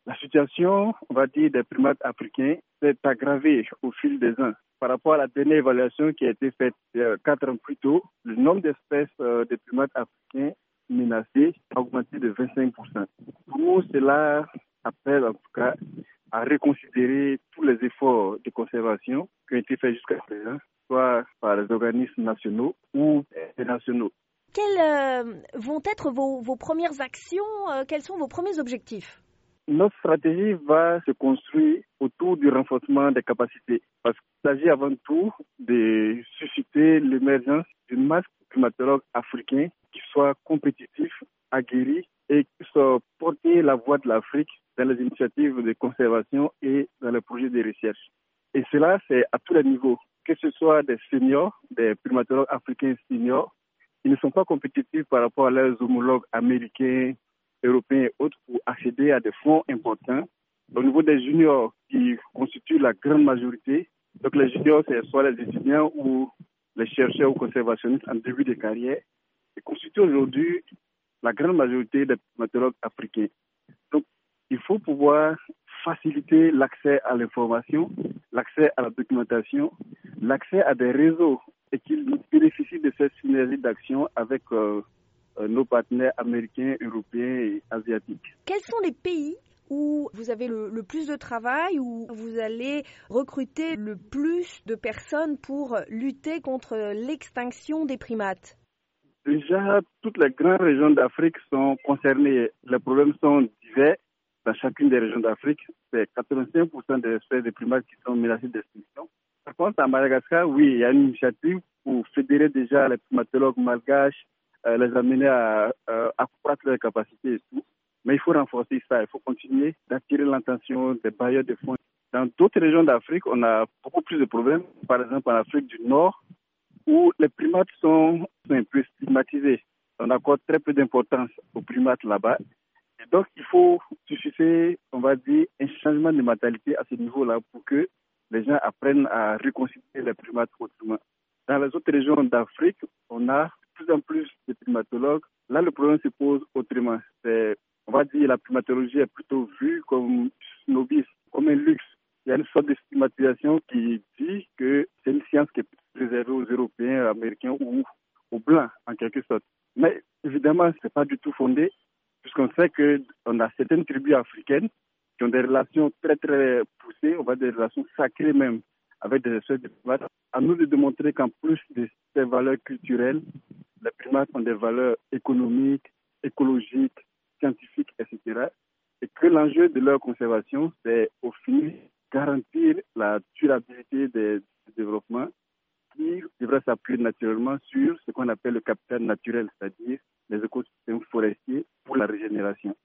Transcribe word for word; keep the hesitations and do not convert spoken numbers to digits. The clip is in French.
La situation, on va dire, des primates africains s'est aggravée au fil des ans. Par rapport à la dernière évaluation qui a été faite euh, quatre ans plus tôt, le nombre d'espèces euh, de primates africains menacés a augmenté de vingt-cinq pour cent. Pour nous, cela appelle en tout cas à reconsidérer tous les efforts de conservation qui ont été faits jusqu'à présent, soit par les organismes nationaux ou internationaux. Quelles euh, vont être vos, vos premières actions euh, Quels sont vos premiers objectifs? Notre stratégie va se construire autour du renforcement des capacités parce qu'il s'agit avant tout de susciter l'émergence d'une masse de primatologues africains qui soient compétitifs, aguerris et qui soient porter la voix de l'Afrique dans les initiatives de conservation et dans les projets de recherche. Et cela, c'est à tous les niveaux, que ce soit des seniors, des primatologues africains seniors. Ils ne sont pas compétitifs par rapport à leurs homologues américains, européens et autres pour accéder à des fonds importants. Au niveau des juniors qui constituent la grande majorité, donc les juniors, c'est soit les étudiants ou les chercheurs ou conservationnistes en début de carrière, ils constituent aujourd'hui la grande majorité des primatologues africains. Donc, il faut pouvoir faciliter l'accès à l'information, l'accès à la documentation, l'accès à des réseaux et qu'ils bénéficient de cette synergie d'action avec euh, euh, nos partenaires américains, européens et asiatiques. Quels sont les pays où vous avez le, le plus de travail, où vous allez recruter le plus de personnes pour lutter contre l'extinction des primates? Déjà, toutes les grandes régions d'Afrique sont concernées. Les problèmes sont divers dans chacune des régions d'Afrique. C'est quatre-vingt-cinq pour cent des espèces de primates qui sont menacées d'extinction. Par contre, à Madagascar, oui, il y a une initiative pour fédérer déjà les primatologues malgaches, euh, les amener à, à accroître leurs capacités et tout. Mais il faut renforcer ça, il faut continuer d'attirer l'attention des bailleurs de fonds. Dans d'autres régions d'Afrique, on a beaucoup plus de problèmes. Par exemple, en Afrique du Nord, où les primates sont, sont un peu stigmatisés. On accorde très peu d'importance aux primates là-bas. Et donc, il faut susciter, on va dire, un changement de mentalité à ce niveau-là pour que les gens apprennent à reconsidérer les primates autrement. Dans les autres régions d'Afrique, on a de plus en plus de primatologues. Là, le problème se pose autrement. C'est, on va dire, la primatologie est plutôt vue comme snobisme, comme un luxe. Il y a une sorte de stigmatisation qui dit que c'est une science qui est réservée aux Européens, Américains ou aux Blancs, en quelque sorte. Mais évidemment, ce n'est pas du tout fondé, puisqu'on sait qu'on a certaines tribus africaines qui ont des relations très, très poussées, on va dire des relations sacrées même, avec des espèces de primates. À nous de démontrer qu'en plus de ces valeurs culturelles, les primates ont des valeurs économiques, écologiques, scientifiques, et cetera. Et que l'enjeu de leur conservation, c'est au final garantir la durabilité des développements qui devrait s'appuyer naturellement sur ce qu'on appelle le capital naturel, c'est-à-dire les écosystèmes forestiers pour la régénération.